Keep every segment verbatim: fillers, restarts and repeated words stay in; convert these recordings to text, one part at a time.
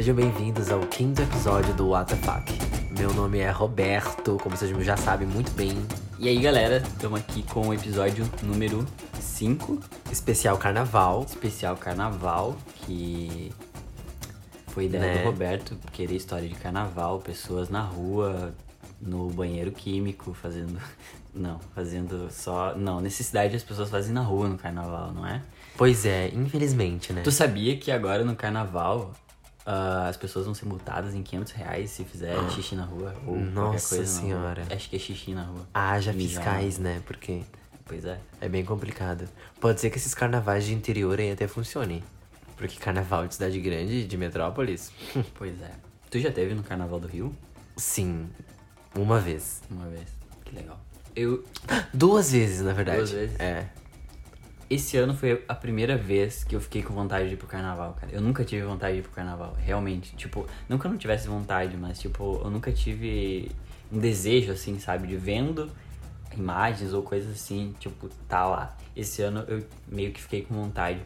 Sejam bem-vindos ao quinto episódio do What the Fuck. Meu nome é Roberto, como vocês já sabem muito bem. E aí, galera, estamos aqui com o episódio número cinco. Especial Carnaval. Especial Carnaval, que foi ideia Né? do Roberto, querer história de carnaval, pessoas na rua, no banheiro químico, fazendo... Não, fazendo só... Não, necessidade as pessoas fazem na rua no carnaval, não é? Pois é, infelizmente, né? Tu sabia que agora no carnaval... Uh, as pessoas vão ser multadas em quinhentos reais se fizer xixi na rua ou qualquer Nossa coisa na senhora. rua. Acho que é xixi na rua. Haja Mijar. fiscais, né? Porque Pois é. é bem complicado. Pode ser que esses carnavais de interior aí até funcionem. Porque carnaval de cidade grande, de metrópolis, Pois é. Tu já teve no Carnaval do Rio? sim, uma vez. Uma vez. Que legal. Eu... Duas vezes, na verdade. Duas vezes? É. Esse ano foi a primeira vez que eu fiquei com vontade de ir pro Carnaval, cara. Eu nunca tive vontade de ir pro Carnaval, realmente. Tipo, não que eu não tivesse vontade, mas, tipo, eu nunca tive um desejo, assim, sabe? De vendo imagens ou coisas assim, tipo, tá lá. Esse ano eu meio que fiquei com vontade.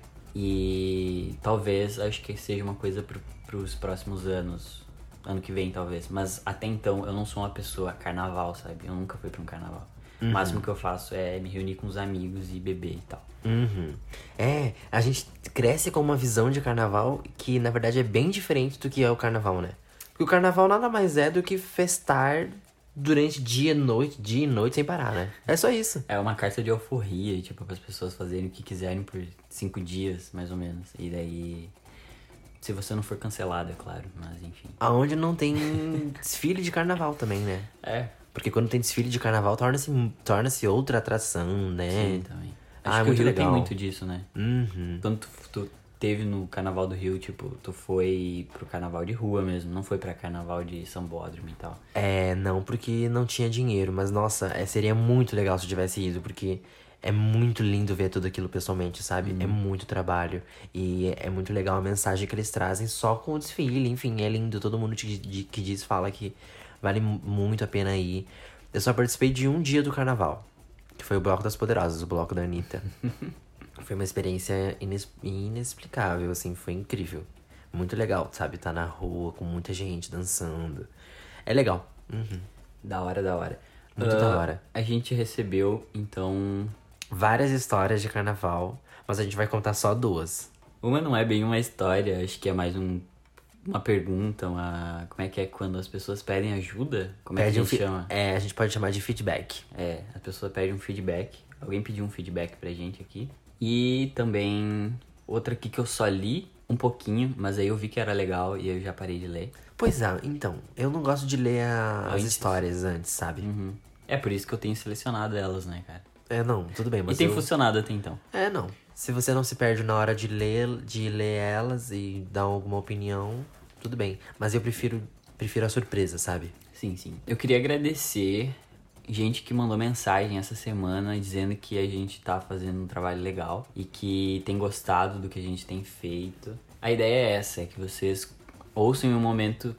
E talvez, acho que seja uma coisa pro, pros próximos anos. Ano que vem, talvez. Mas até então, eu não sou uma pessoa carnaval, sabe? Eu nunca fui pra um carnaval. O máximo que eu faço é me reunir com os amigos e beber e tal. Uhum. É, a gente cresce com uma visão de carnaval que, na verdade, é bem diferente do que é o carnaval, né? Porque o carnaval nada mais é do que festar durante dia e noite, dia e noite sem parar, né? É só isso. É uma carta de euforia, tipo, para as pessoas fazerem o que quiserem por cinco dias, mais ou menos. E daí, se você não for cancelado, é claro, mas enfim. Aonde não tem desfile de carnaval também, né? É, Porque quando tem desfile de carnaval, torna-se torna-se outra atração, né? sim, também. Acho Ah, que o muito Rio legal. tem muito disso, né? Uhum. Quando tu, tu teve no Carnaval do Rio, tipo, tu foi pro Carnaval de rua mesmo, não foi pra Carnaval de Sambódromo e tal. É, não, porque não tinha dinheiro, mas nossa, é, seria muito legal se eu tivesse ido, porque é muito lindo ver tudo aquilo pessoalmente, sabe? É muito trabalho e é, é muito legal a mensagem que eles trazem só com o desfile, enfim, é lindo, todo mundo que, de- que diz fala que vale mu- muito a pena ir. Eu só participei de um dia do carnaval, que foi o Bloco das Poderosas, o bloco da Anitta. Foi uma experiência ines- inexplicável, assim, foi incrível. Muito legal, sabe? Tá na rua com muita gente dançando. É legal. Uhum. Da hora, da hora. Muito Ah, da hora. A gente recebeu, então... Várias histórias de carnaval, mas a gente vai contar só duas. Uma não é bem uma história, acho que é mais um, uma pergunta, uma... Como é que é quando as pessoas pedem ajuda? Como é que a um gente fi- chama? É, a gente pode chamar de feedback. É, a pessoa pede um feedback. Alguém pediu um feedback pra gente aqui. E também outra aqui que eu só li um pouquinho, mas aí eu vi que era legal e eu já parei de ler. Pois é, então, eu não gosto de ler a- as Antes. histórias antes, sabe? Uhum. É por isso que eu tenho selecionado elas, né, cara? É, não, tudo bem, mas e tem eu... funcionado até então. É, não. Se você não se perde na hora de ler, de ler elas e dar alguma opinião, tudo bem. Mas eu prefiro, prefiro a surpresa, sabe? Sim, sim. Eu queria agradecer gente que mandou mensagem essa semana dizendo que a gente tá fazendo um trabalho legal e que tem gostado do que a gente tem feito. A ideia é essa, é que vocês ouçam em um momento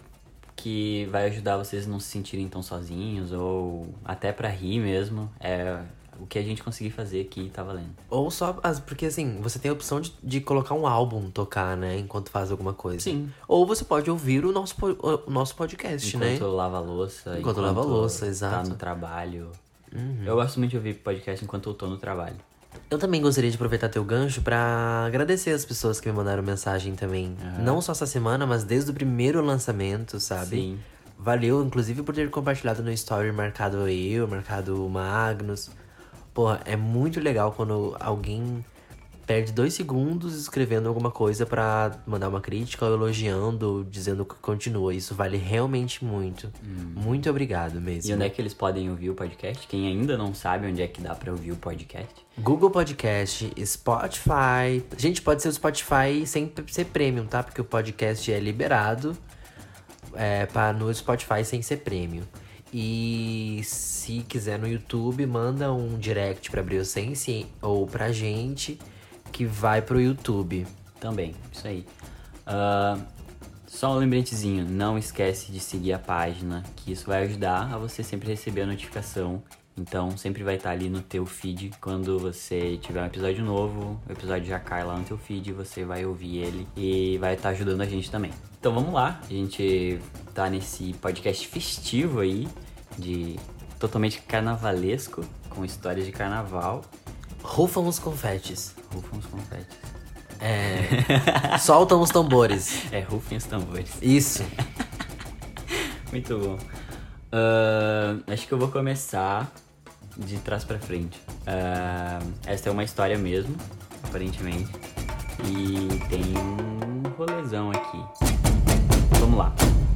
que vai ajudar vocês a não se sentirem tão sozinhos ou até pra rir mesmo. É o que a gente conseguir fazer aqui tá valendo. Ou só, as- porque assim, você tem a opção de, de colocar um álbum tocar, né, enquanto faz alguma coisa. Sim. Ou você pode ouvir o nosso, po- o nosso podcast, né? Enquanto lava a louça, Enquanto lava a louça, exato. Uhum. tá no trabalho. Eu gosto muito de ouvir podcast enquanto eu tô no trabalho. Eu também gostaria de aproveitar teu gancho pra agradecer as pessoas que me mandaram mensagem também. Não só essa semana, mas desde o primeiro lançamento, sabe? Sim. Valeu, inclusive, por ter compartilhado no story, marcado eu, marcado o Magnus. Porra, é muito legal quando alguém perde dois segundos escrevendo alguma coisa pra mandar uma crítica ou elogiando, dizendo que continua. Isso vale realmente muito. Muito obrigado mesmo. E onde é que eles podem ouvir o podcast? Quem ainda não sabe onde é que dá pra ouvir o podcast? Google Podcast, Spotify. Gente, pode ser o Spotify sem p- ser premium, tá? Porque o podcast é liberado é, pra, no Spotify sem ser premium. E se quiser no YouTube, manda um direct pra Briosense ou pra gente que vai pro YouTube. Também, isso aí. Ah, só um lembretezinho, não esquece de seguir a página, que isso vai ajudar a você sempre receber a notificação Então sempre vai estar ali no teu feed. Quando você tiver um episódio novo, o episódio já cai lá no teu feed, você vai ouvir ele e vai estar ajudando a gente também. Então vamos lá, a gente tá nesse podcast festivo aí, de totalmente carnavalesco, com histórias de carnaval. Rufam os confetes. Rufam os confetes. É. Soltam os tambores. É, rufem os tambores. Isso. Muito bom. Uh, acho que eu vou começar de trás pra frente. Uh, essa é uma história mesmo, aparentemente. E tem um rolezão aqui. Vamos lá.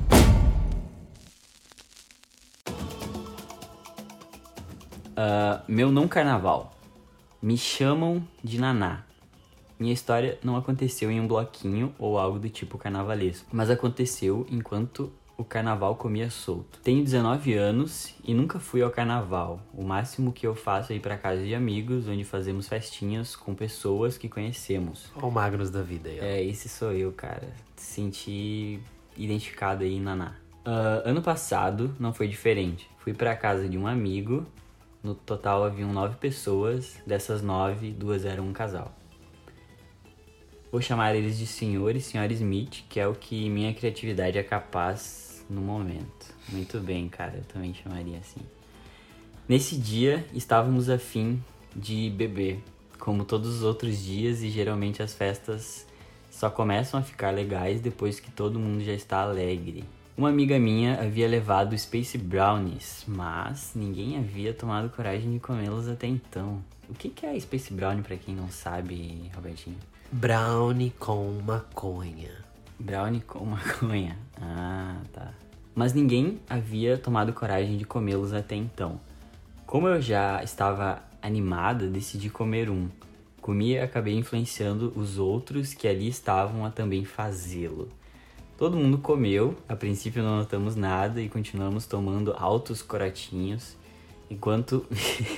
Uh, meu não carnaval. Me chamam de Naná. Minha história não aconteceu em um bloquinho ou algo do tipo carnavalesco, mas aconteceu enquanto o carnaval comia solto. Tenho dezenove anos e nunca fui ao carnaval. O máximo que eu faço é ir pra casa de amigos, onde fazemos festinhas com pessoas que conhecemos. Olha o Magnus da vida aí, ó. É, esse sou eu, cara. Senti identificado aí, Naná. Uh, ano passado não foi diferente. Fui pra casa de um amigo. No total haviam nove pessoas. Dessas nove, duas eram um casal. Vou chamar eles de senhor e senhora Smith, que é o que minha criatividade é capaz no momento. Muito bem, cara, eu também chamaria assim. Nesse dia, estávamos a fim de beber, como todos os outros dias, e geralmente as festas só começam a ficar legais depois que todo mundo já está alegre. Uma amiga minha havia levado Space Brownies, mas ninguém havia tomado coragem de comê-los até então. O que que é Space Brownie, pra quem não sabe, Robertinho? Brownie com maconha. Brownie com maconha. Ah, tá. Mas ninguém havia tomado coragem de comê-los até então. Como eu já estava animada, decidi comer um. Comi e acabei influenciando os outros que ali estavam a também fazê-lo. Todo mundo comeu, a princípio não notamos nada e continuamos tomando altos corotinhos, enquanto...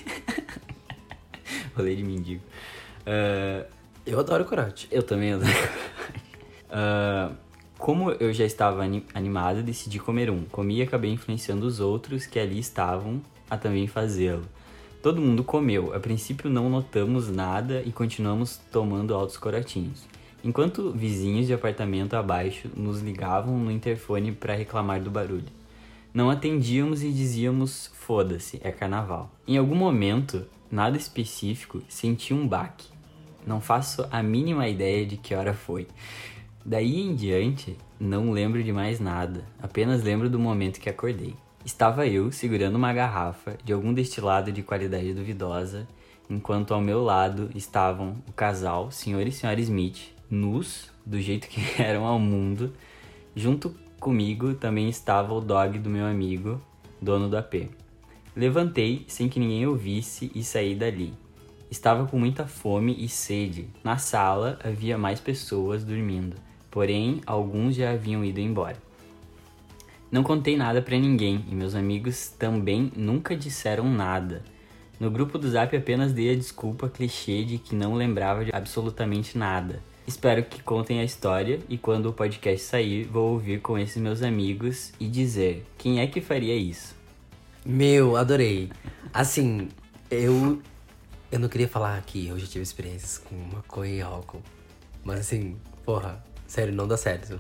Rolê de mendigo. Uh, Eu adoro corote. eu também adoro corote. Uh, como eu já estava anim- animado, decidi comer um. Comi e acabei influenciando os outros que ali estavam a também fazê-lo. Todo mundo comeu. A princípio não notamos nada e continuamos tomando altos corotinhos. Enquanto vizinhos de apartamento abaixo nos ligavam no interfone para reclamar do barulho. Não atendíamos e dizíamos, foda-se, é carnaval. Em algum momento, nada específico, senti um baque. Não faço a mínima ideia de que hora foi. Daí em diante, não lembro de mais nada. Apenas lembro do momento que acordei. Estava eu segurando uma garrafa de algum destilado de qualidade duvidosa, enquanto ao meu lado estavam o casal, senhor e senhora Smith, nus, do jeito que eram ao mundo. Junto comigo também estava o dog do meu amigo, dono do A P. Levantei sem que ninguém ouvisse e saí dali. Estava com muita fome e sede. Na sala havia mais pessoas dormindo, porém alguns já haviam ido embora. Não contei nada pra ninguém e meus amigos também nunca disseram nada. No grupo do Zap apenas dei a desculpa clichê de que não lembrava de absolutamente nada. Espero que contem a história e quando o podcast sair vou ouvir com esses meus amigos e dizer quem é que faria isso. Meu, adorei. Assim, eu... Eu não queria falar que eu já tive experiências com maconha e álcool. Mas assim, porra, sério, não dá certo.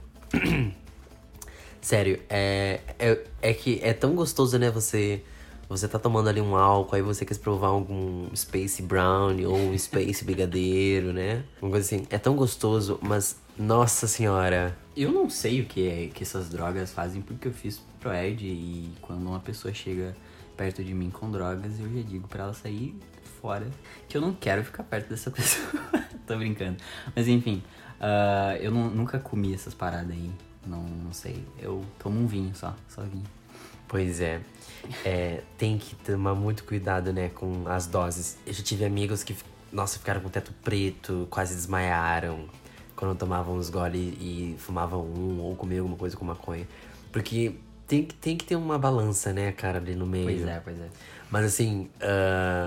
Sério, é, é, é que é tão gostoso, né, você... Você tá tomando ali um álcool, aí você quer provar algum Space Brownie ou um Space Brigadeiro, né? Uma coisa assim, é tão gostoso, mas, nossa senhora... Eu não sei o que, é, que essas drogas fazem, porque eu fiz Proerd e quando uma pessoa chega perto de mim com drogas, eu já digo pra ela sair fora, que eu não quero ficar perto dessa pessoa. Tô brincando. Mas enfim, uh, eu não, nunca comi essas paradas aí, não, não sei. Eu tomo um vinho só, só vinho. Pois é. É, tem que tomar muito cuidado, né, com as doses. Eu já tive amigos que, nossa, ficaram com o teto preto, quase desmaiaram quando tomavam uns gole e fumavam um ou comiam alguma coisa com maconha. Porque tem, tem que ter uma balança, né, cara, ali no meio. Pois é, pois é. Mas assim, uh,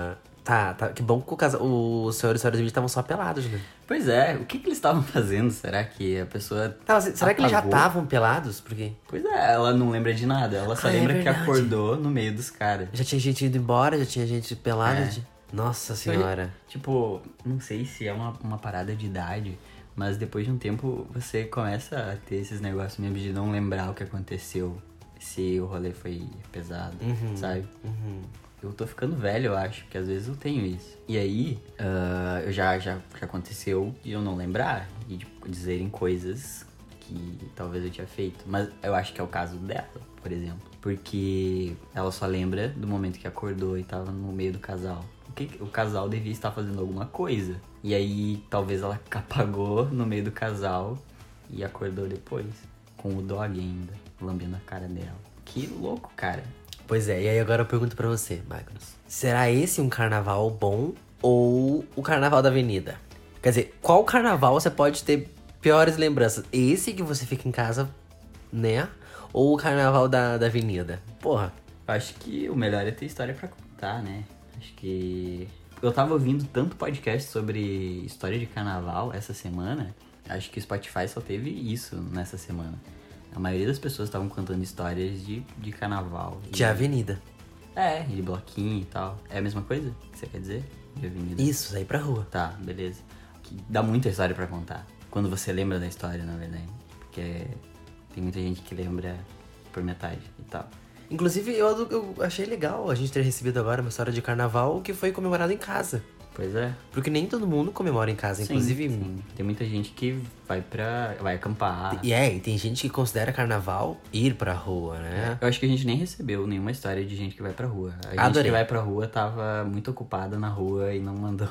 tá, tá. Que bom que o, casa, o senhor e a senhora Smith estavam só pelados, né? Pois é, o que, que eles estavam fazendo? Será que a pessoa. Tá, será apagou? que eles já estavam pelados? Porque Pois é, ela não lembra de nada. Ela só Ah, é lembra que verdade. acordou no meio dos caras. já tinha gente indo embora, já tinha gente pelada. É. de- Nossa senhora. Tipo, não sei se é uma, uma parada de idade, mas depois de um tempo você começa a ter esses negócios mesmo de não lembrar o que aconteceu, se o rolê foi pesado, Uhum. sabe? Uhum. Eu tô ficando velho, eu acho, porque às vezes eu tenho isso. E aí, ah, eu já, já, já aconteceu de eu não lembrar e de dizerem coisas que talvez eu tinha feito. Mas eu acho que é o caso dela, por exemplo. Porque ela só lembra do momento que acordou e tava no meio do casal. O, que, o casal devia estar fazendo alguma coisa. E aí, talvez ela apagou no meio do casal e acordou depois. Com o dog ainda, lambendo a cara dela. Que louco, cara. Pois é, e aí agora eu pergunto pra você, Magnus. Será esse um carnaval bom ou o carnaval da avenida? Quer dizer, qual carnaval você pode ter piores lembranças? Esse que você fica em casa, né? Ou o carnaval da, da avenida? Porra. Acho que o melhor é ter história pra contar, né? Acho que... Eu tava ouvindo tanto podcast sobre história de carnaval essa semana. Acho que o Spotify só teve isso nessa semana. A maioria das pessoas estavam contando histórias de, de carnaval. De E- avenida. É, de bloquinho e tal. É a mesma coisa que você quer dizer? De avenida? Isso, sair pra rua. Tá, beleza. Que dá muita história pra contar. Quando você lembra da história, na verdade. Porque tem muita gente que lembra por metade e tal. Inclusive, eu, eu achei legal a gente ter recebido agora uma história de carnaval que foi comemorado em casa. Pois é. Porque nem todo mundo comemora em casa. Sim, Inclusive, sim. Tem muita gente que vai pra... vai acampar. E é, e tem gente que considera carnaval ir pra rua, né? Eu acho que a gente nem recebeu nenhuma história de gente que vai pra rua. A gente Adorei. que vai pra rua tava muito ocupada na rua e não mandou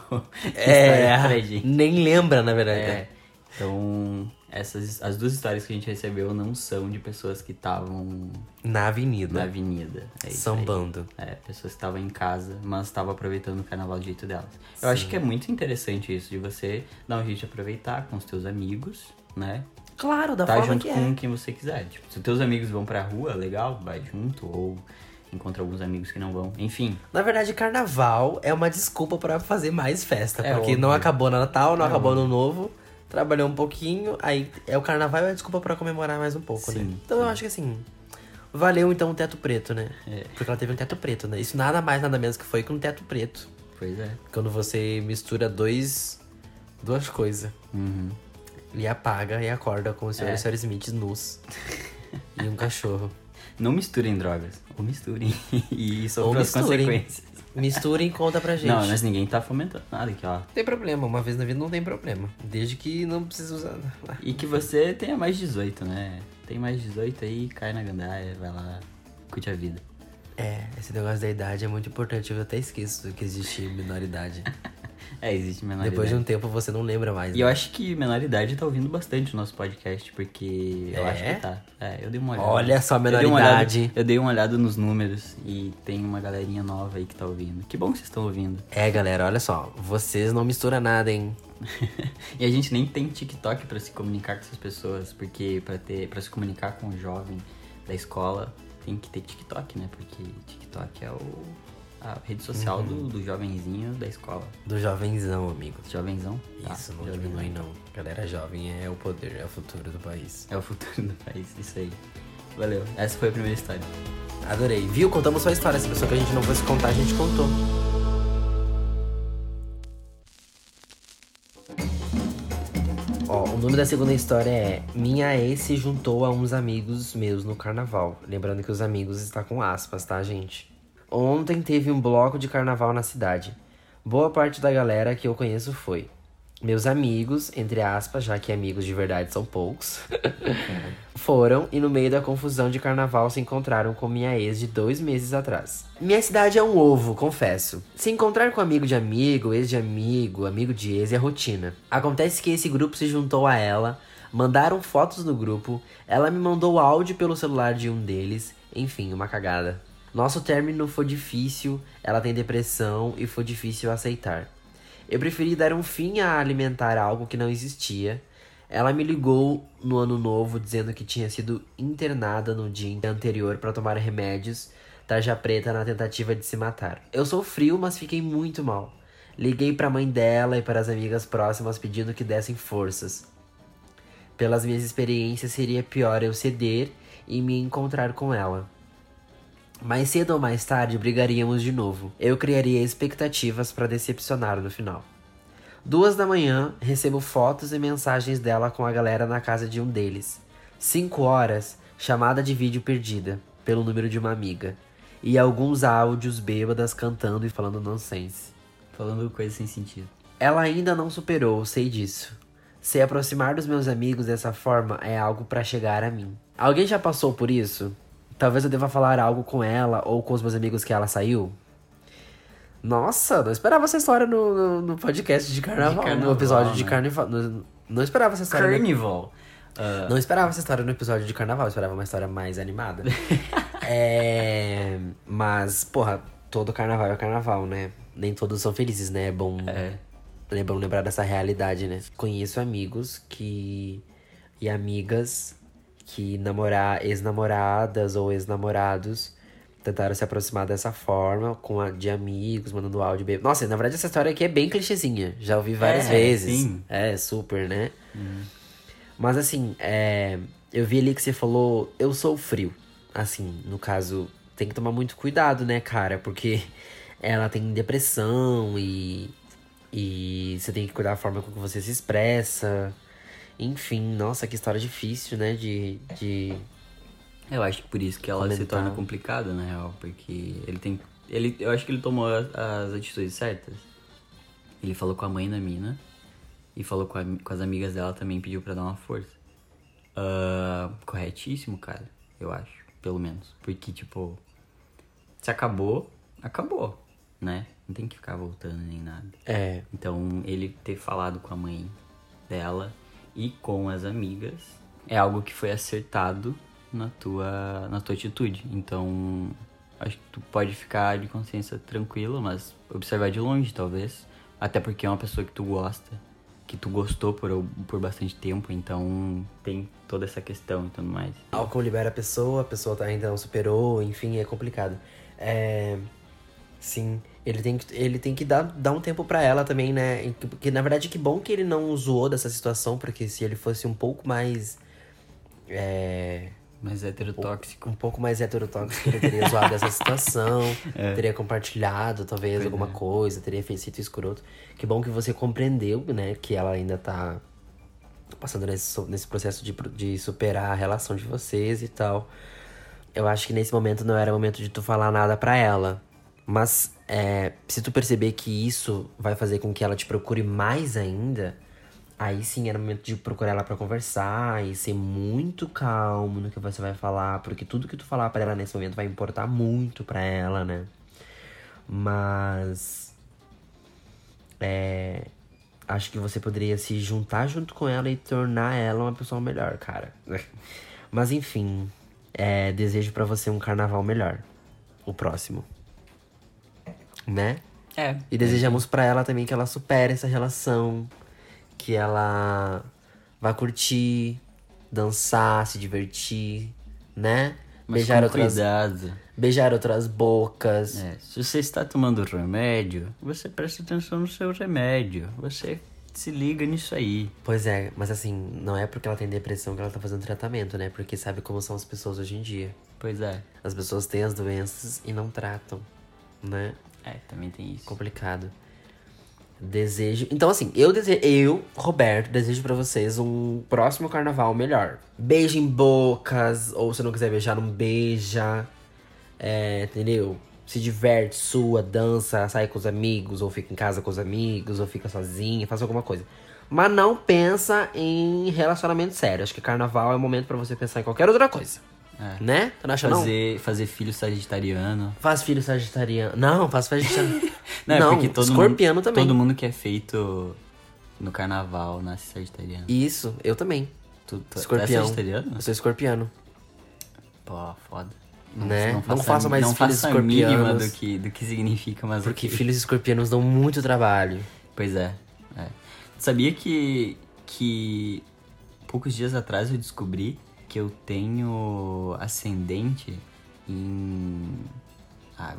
É, história pra gente. nem lembra, na verdade. É. Então, essas, as duas histórias que a gente recebeu não são de pessoas que estavam Na avenida. na avenida. É isso aí. Sambando. É, pessoas que estavam em casa, mas estavam aproveitando o carnaval do jeito delas. Eu acho que é muito interessante isso, de você dar um jeito de aproveitar com os teus amigos, né? Claro, da Tá forma junto que com é. quem você quiser. Tipo, se os teus amigos vão pra rua, legal, vai junto. Ou encontra alguns amigos que não vão. Enfim, Na verdade, carnaval é uma desculpa pra fazer mais festa. É porque óbvio. não acabou no Natal, não É acabou óbvio. no Novo. Trabalhou um pouquinho, aí é o carnaval é a desculpa pra comemorar mais um pouco, né? Sim, Então eu acho que assim, valeu então o teto preto, né? É. Porque ela teve um teto preto, né? Isso nada mais, nada menos que foi que um teto preto. pois é. Quando você mistura dois... duas coisas. Uhum. E apaga e acorda com o senhor É. e a senhora Smith nus. E um cachorro. Não misturem drogas. Ou misturem. e Ou sofram as misturem. consequências. Mistura e conta pra gente. Não, mas ninguém tá fomentando nada aqui, ó. Não tem problema, uma vez na vida não tem problema. Desde que não precisa usar. E que você tenha mais de dezoito, né? Tem mais de dezoito aí, cai na gandaia, vai lá, curte a vida. É, esse negócio da idade é muito importante. Eu até esqueço que existe menoridade. É, existe menoridade. Depois de um tempo você não lembra mais. E eu né? acho que menoridade tá ouvindo bastante o nosso podcast, porque eu É? acho que tá. É, eu dei uma olhada. Olha só a Eu dei uma menoridade. olhada- Eu dei uma olhada nos números e tem uma galerinha nova aí que tá ouvindo. Que bom que vocês estão ouvindo. É, galera, olha só. Vocês não misturam nada, hein? E a gente nem tem TikTok pra se comunicar com essas pessoas, porque pra ter para se comunicar com o jovem da escola tem que ter TikTok, né? Porque TikTok é o a rede social Uhum. do, do jovenzinho da escola. Do jovenzão, amigo. Jovenzão? Tá, Isso, não jovenzão. diminui não. Galera jovem é o poder, é o futuro do país. É o futuro do país, isso aí. Valeu. Essa foi a primeira história. Adorei. Viu? Contamos sua história. Se pessoa que a gente não fosse contar, a gente contou. Ó, o nome da segunda história é Minha ex se juntou a uns amigos meus no carnaval. Lembrando que os amigos está com aspas, tá, gente? Ontem teve um bloco de carnaval na cidade. Boa parte da galera que eu conheço foi. Meus amigos, entre aspas, já que amigos de verdade são poucos, foram e no meio da confusão de carnaval se encontraram com minha ex de dois meses atrás. Minha cidade é um ovo, confesso. Se encontrar com amigo de amigo, ex de amigo, amigo de ex é rotina. Acontece que esse grupo se juntou a ela, mandaram fotos no grupo, ela me mandou áudio pelo celular de um deles, enfim, uma cagada. Nosso término foi difícil, ela tem depressão e foi difícil aceitar. Eu preferi dar um fim a alimentar algo que não existia. Ela me ligou no ano novo dizendo que tinha sido internada no dia anterior para tomar remédios. tarja preta na tentativa de se matar. Eu sou frio, mas fiquei muito mal. Liguei pra mãe dela e para as amigas próximas pedindo que dessem forças. Pelas minhas experiências, seria pior eu ceder e me encontrar com ela. Mais cedo ou mais tarde, brigaríamos de novo. Eu criaria expectativas para decepcionar no final. Duas da manhã, recebo fotos e mensagens dela com a galera na casa de um deles. Cinco horas, chamada de vídeo perdida, pelo número de uma amiga. E alguns áudios bêbadas cantando e falando nonsense. Falando coisa sem sentido. Ela ainda não superou, sei disso. Se aproximar dos meus amigos dessa forma é algo pra chegar a mim. Alguém já passou por isso? Talvez eu deva falar algo com ela ou com os meus amigos que ela saiu? Nossa, não esperava essa história no, no, no podcast de carnaval, De carnaval, no episódio né? de carnaval. Não, não esperava essa história. Carnival. No, não esperava essa história no episódio de carnaval, eu esperava uma história mais animada. é, mas, porra, todo carnaval é carnaval, né? Nem todos são felizes, né? É bom. É. É bom lembrar dessa realidade, né? Conheço amigos que... E amigas que namorar... Ex-namoradas ou ex-namorados tentaram se aproximar dessa forma, com a, de amigos, mandando áudio. Bem... Nossa, na verdade essa história aqui é bem clichêzinha. Já ouvi várias É, vezes. sim. É, super, né? Hum. Mas assim, é... eu vi ali que você falou... Eu sou frio. Assim, no caso... Tem que tomar muito cuidado, né, cara? Porque ela tem depressão e... E você tem que cuidar da forma com que você se expressa. Enfim, nossa, que história difícil, né? De. de... Eu acho que por isso que ela Comentar. se torna complicada, na real. Porque ele tem. Ele, eu acho que ele tomou as, as atitudes certas. Ele falou com a mãe da mina. E falou com, a, com as amigas dela também, pediu pra dar uma força. Uh, corretíssimo, cara. Eu acho, pelo menos. Porque, tipo, se acabou, acabou, né? Não tem que ficar voltando nem nada. É. Então, ele ter falado com a mãe dela e com as amigas é algo que foi acertado na tua, na tua atitude. Então, acho que tu pode ficar de consciência tranquila, mas observar de longe, talvez. Até porque é uma pessoa que tu gosta, que tu gostou por, por bastante tempo, então tem toda essa questão e tudo mais. Álcool libera a pessoa, a pessoa tá, ainda não superou, enfim, é complicado. É. Sim, ele tem que, ele tem que dar, dar um tempo pra ela também, né? Porque, na verdade, que bom que ele não zoou dessa situação, porque se ele fosse um pouco mais... É... Mas heterotóxico. Um pouco mais heterotóxico, ele teria zoado dessa situação, É. teria compartilhado, talvez, Pois alguma é. coisa, teria feito sido escroto. Que bom que você compreendeu, né? Que ela ainda tá passando nesse, nesse processo de, de superar a relação de vocês e tal. Eu acho que nesse momento não era momento de tu falar nada pra ela. Mas é, se tu perceber que isso vai fazer com que ela te procure mais ainda, aí sim era momento de procurar ela pra conversar e ser muito calmo no que você vai falar, porque tudo que tu falar pra ela nesse momento vai importar muito pra ela, né? Mas é, acho que você poderia se juntar junto com ela e tornar ela uma pessoa melhor, cara. Mas enfim, é, desejo pra você um carnaval melhor, o próximo. Né? É. E desejamos pra ela também que ela supere essa relação, que ela vá curtir, dançar, se divertir, né? Mas Beijar com outras, cuidado. beijar outras bocas. É, se você está tomando remédio, você presta atenção no seu remédio. Você se liga nisso aí. Pois é, mas assim, não é porque ela tem depressão que ela tá fazendo tratamento, né? Porque sabe como são as pessoas hoje em dia. Pois é. As pessoas têm as doenças e não tratam, né? É, também tem isso. Complicado. Desejo... Então, assim, eu desejo... Eu, Roberto, desejo pra vocês um próximo carnaval melhor. Beijo em bocas, ou se não quiser beijar, não beija. É, entendeu? Se diverte, sua, dança, sai com os amigos, ou fica em casa com os amigos, ou fica sozinha, faz alguma coisa. Mas não pensa em relacionamento sério. Acho que carnaval é o momento pra você pensar em qualquer outra coisa. É. Né? Tu não acha, não? Fazer, fazer filho sagitariano. Faz filho sagitariano. Não, faz sagitariano. Não, é não, porque todo escorpiano mundo, também. Todo mundo que é feito no carnaval nasce sagitariano. Isso, eu também. Tu, tu, tu é Escorpião. sagitariano? Eu sou escorpiano. Pô, foda. Né? Não faça- façam mais não filhos faça a mínima escorpianos. do que, do que significa, mas Porque ok. filhos escorpianos dão muito trabalho. Pois é, é. Sabia que, que poucos dias atrás eu descobri que eu tenho ascendente em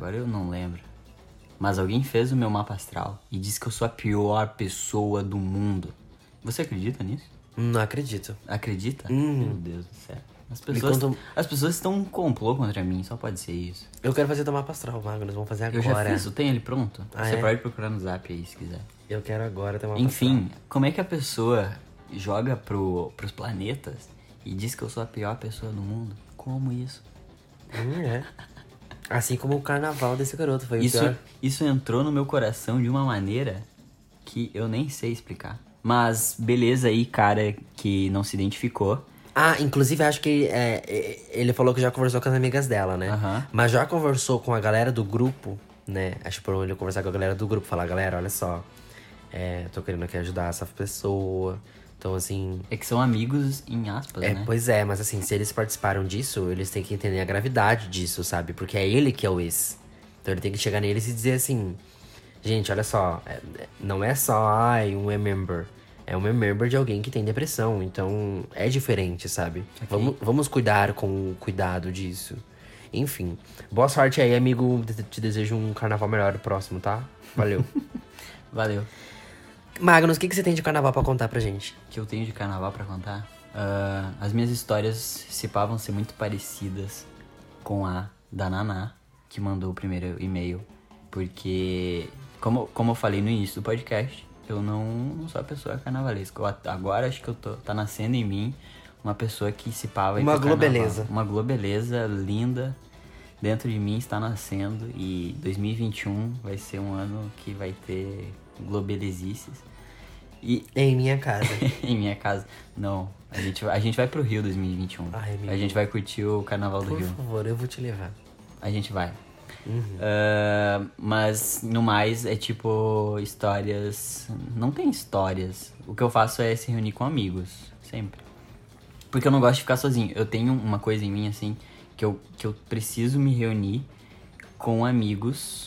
agora eu não lembro. Mas alguém fez o meu mapa astral e disse que eu sou a pior pessoa do mundo. Você acredita nisso? Não acredito. Acredita? Uhum. Meu Deus do céu. As pessoas, conta- as pessoas estão um complô contra mim, só pode ser isso. Eu quero fazer teu mapa astral, Magnus. Vamos fazer agora. Eu já fiz, eu tenho ele pronto. Ah, Você é? pode procurar no Zap aí se quiser. Eu quero agora ter uma Enfim, como é que a pessoa joga pro, pros planetas e diz que eu sou a pior pessoa do mundo? Como isso? Hum, é. Assim como o carnaval desse garoto foi Isso, o pior. isso entrou no meu coração de uma maneira que eu nem sei explicar. Mas beleza aí, cara que não se identificou. Ah, inclusive acho que é, é, ele falou que já conversou com as amigas dela, né? Aham. Mas já conversou com a galera do grupo, né? Acho que por ele conversar com a galera do grupo, falar, galera, olha só, é, tô querendo aqui ajudar essa pessoa. Então, assim. É que são amigos em aspas, É, né? pois é, mas assim, se eles participaram disso, eles têm que entender a gravidade disso, sabe? Porque é ele que é o ex. Então ele tem que chegar neles e dizer assim: gente, olha só, é- é- não é só, ai, um member. É um member de alguém que tem depressão. Então é diferente, sabe? Vamos, vamos cuidar com cuidado disso. Enfim, boa sorte aí, amigo. Te- Te desejo um carnaval melhor próximo, tá? Valeu. Valeu. Magnus, o que, que você tem de carnaval pra contar pra gente? Que eu tenho de carnaval pra contar? Ah, as minhas histórias se pá vão ser muito parecidas com a da Naná, que mandou o primeiro e-mail. Porque, como, como eu falei no início do podcast, eu não, não sou a pessoa carnavalesca. Eu at- agora acho que eu tô, tá nascendo em mim uma pessoa que se pá vai Uma pro carnaval. globeleza. Uma globeleza linda dentro de mim está nascendo. E dois mil e vinte e um vai ser um ano que vai ter globelezices. E Em minha casa. em minha casa, não. A gente, vai- a gente vai pro Rio dois mil e vinte e um. Ai, amigo. A gente vai curtir o Carnaval do Por Rio. favor, eu vou te levar. A gente vai. Ah, mas no mais é tipo histórias. Não tem histórias. O que eu faço é se reunir com amigos. Sempre. Porque eu não gosto de ficar sozinho. Eu tenho uma coisa em mim assim que eu, que eu preciso me reunir com amigos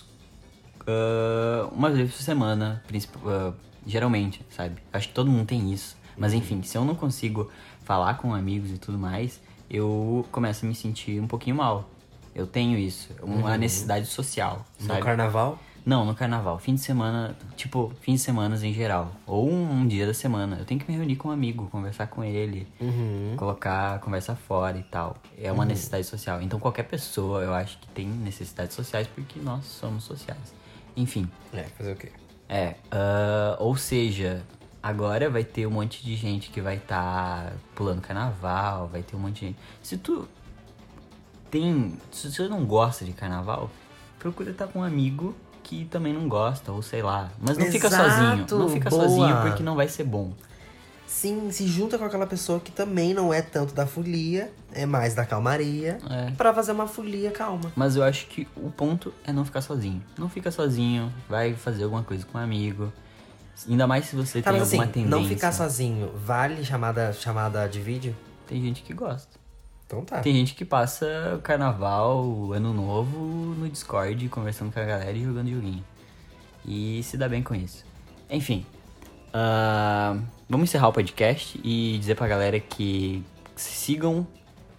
ah, uma vez por semana, princip- ah, geralmente, sabe? Acho que todo mundo tem isso. Mas enfim, se eu não consigo falar com amigos e tudo mais, eu começo a me sentir um pouquinho mal. Eu tenho isso, uma necessidade social, No sabe? carnaval? Não, no carnaval. Fim de semana, tipo, fins de semana em geral. Ou um, um dia da semana. Eu tenho que me reunir com um amigo, conversar com ele, Uhum. colocar a conversa fora e tal. É uma necessidade social. Então qualquer pessoa, eu acho que tem necessidades sociais porque nós somos sociais. Enfim, É, fazer o quê? é. ah, ou seja, agora vai ter um monte de gente que vai estar pulando carnaval, vai ter um monte de gente. Se tu tem. Se você não gosta de carnaval, procura estar com um amigo que também não gosta, ou sei lá. Mas não fica Exato, sozinho. Não fica boa. sozinho porque não vai ser bom. Sim, se junta com aquela pessoa que também não é tanto da folia, é mais da calmaria, É. pra fazer uma folia calma. Mas eu acho que o ponto é não ficar sozinho. Não fica sozinho, vai fazer alguma coisa com um amigo. Ainda mais se você Tá, tem mas assim, alguma tendência. não ficar sozinho, vale chamada, chamada de vídeo? Tem gente que gosta. Então tá. Tem gente que passa o carnaval, o ano novo no Discord, conversando com a galera e jogando joguinho. E se dá bem com isso. Enfim, ah, vamos encerrar o podcast e dizer pra galera que sigam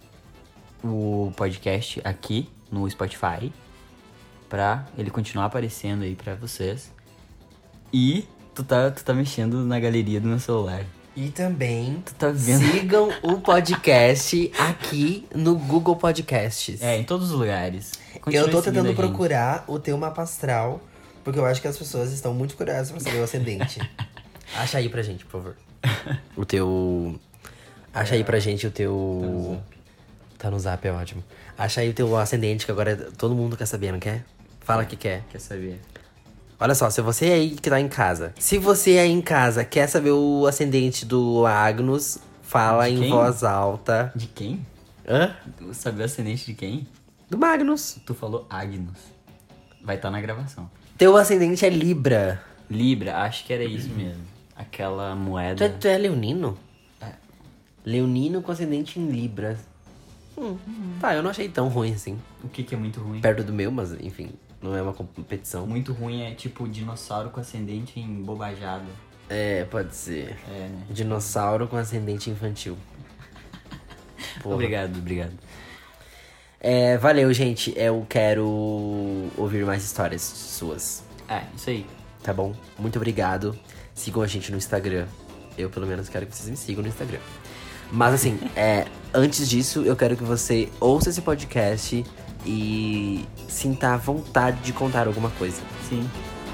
o podcast aqui no Spotify pra ele continuar aparecendo aí pra vocês. E tu tá, tu tá mexendo na galeria do meu celular. E também Tu tá vendo? sigam o podcast aqui no Google Podcasts. É, em todos os lugares. Eu Continue tô seguindo tentando a gente. procurar o teu mapa astral, porque eu acho que as pessoas estão muito curiosas pra saber o ascendente. Acha aí pra gente, por favor. O teu... Acha aí pra gente o teu... Tá no zap, é ótimo. Acha aí o teu ascendente, que agora todo mundo quer saber, não quer? Fala que quer. Quer saber? Olha só, se você aí que tá em casa, se você aí em casa quer saber o ascendente do Agnus, fala De em quem? voz alta. De quem? Hã? Tu sabe o ascendente de quem? Do Magnus. Tu falou Agnus. Vai estar na gravação. Teu ascendente é Libra. Libra, acho que era isso mesmo. Aquela Tu é, moeda. tu é leonino? É. Leonino com ascendente em Libra. Hum, Tá, eu não achei tão ruim assim. O que que é muito ruim? Perto do meu, mas enfim, não é uma competição. Muito ruim é tipo dinossauro com ascendente em bobajada. É, pode ser. É, né? Dinossauro com ascendente infantil. Porra. Obrigado, obrigado. É, valeu, gente. Eu quero ouvir mais histórias suas. É, isso aí. Tá bom? Muito obrigado. Sigam a gente no Instagram. Eu, pelo menos, quero que vocês me sigam no Instagram. Mas, assim, é, antes disso, eu quero que você ouça esse podcast e sinta a vontade de contar alguma coisa. Sim.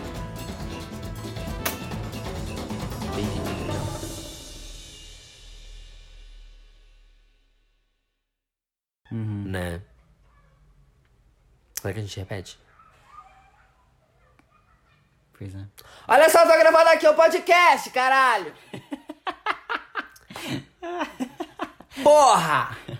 Beijinho. Uhum. Né? Será que a gente repete? Pois é. Olha só, tô gravando aqui o podcast, caralho! Porra!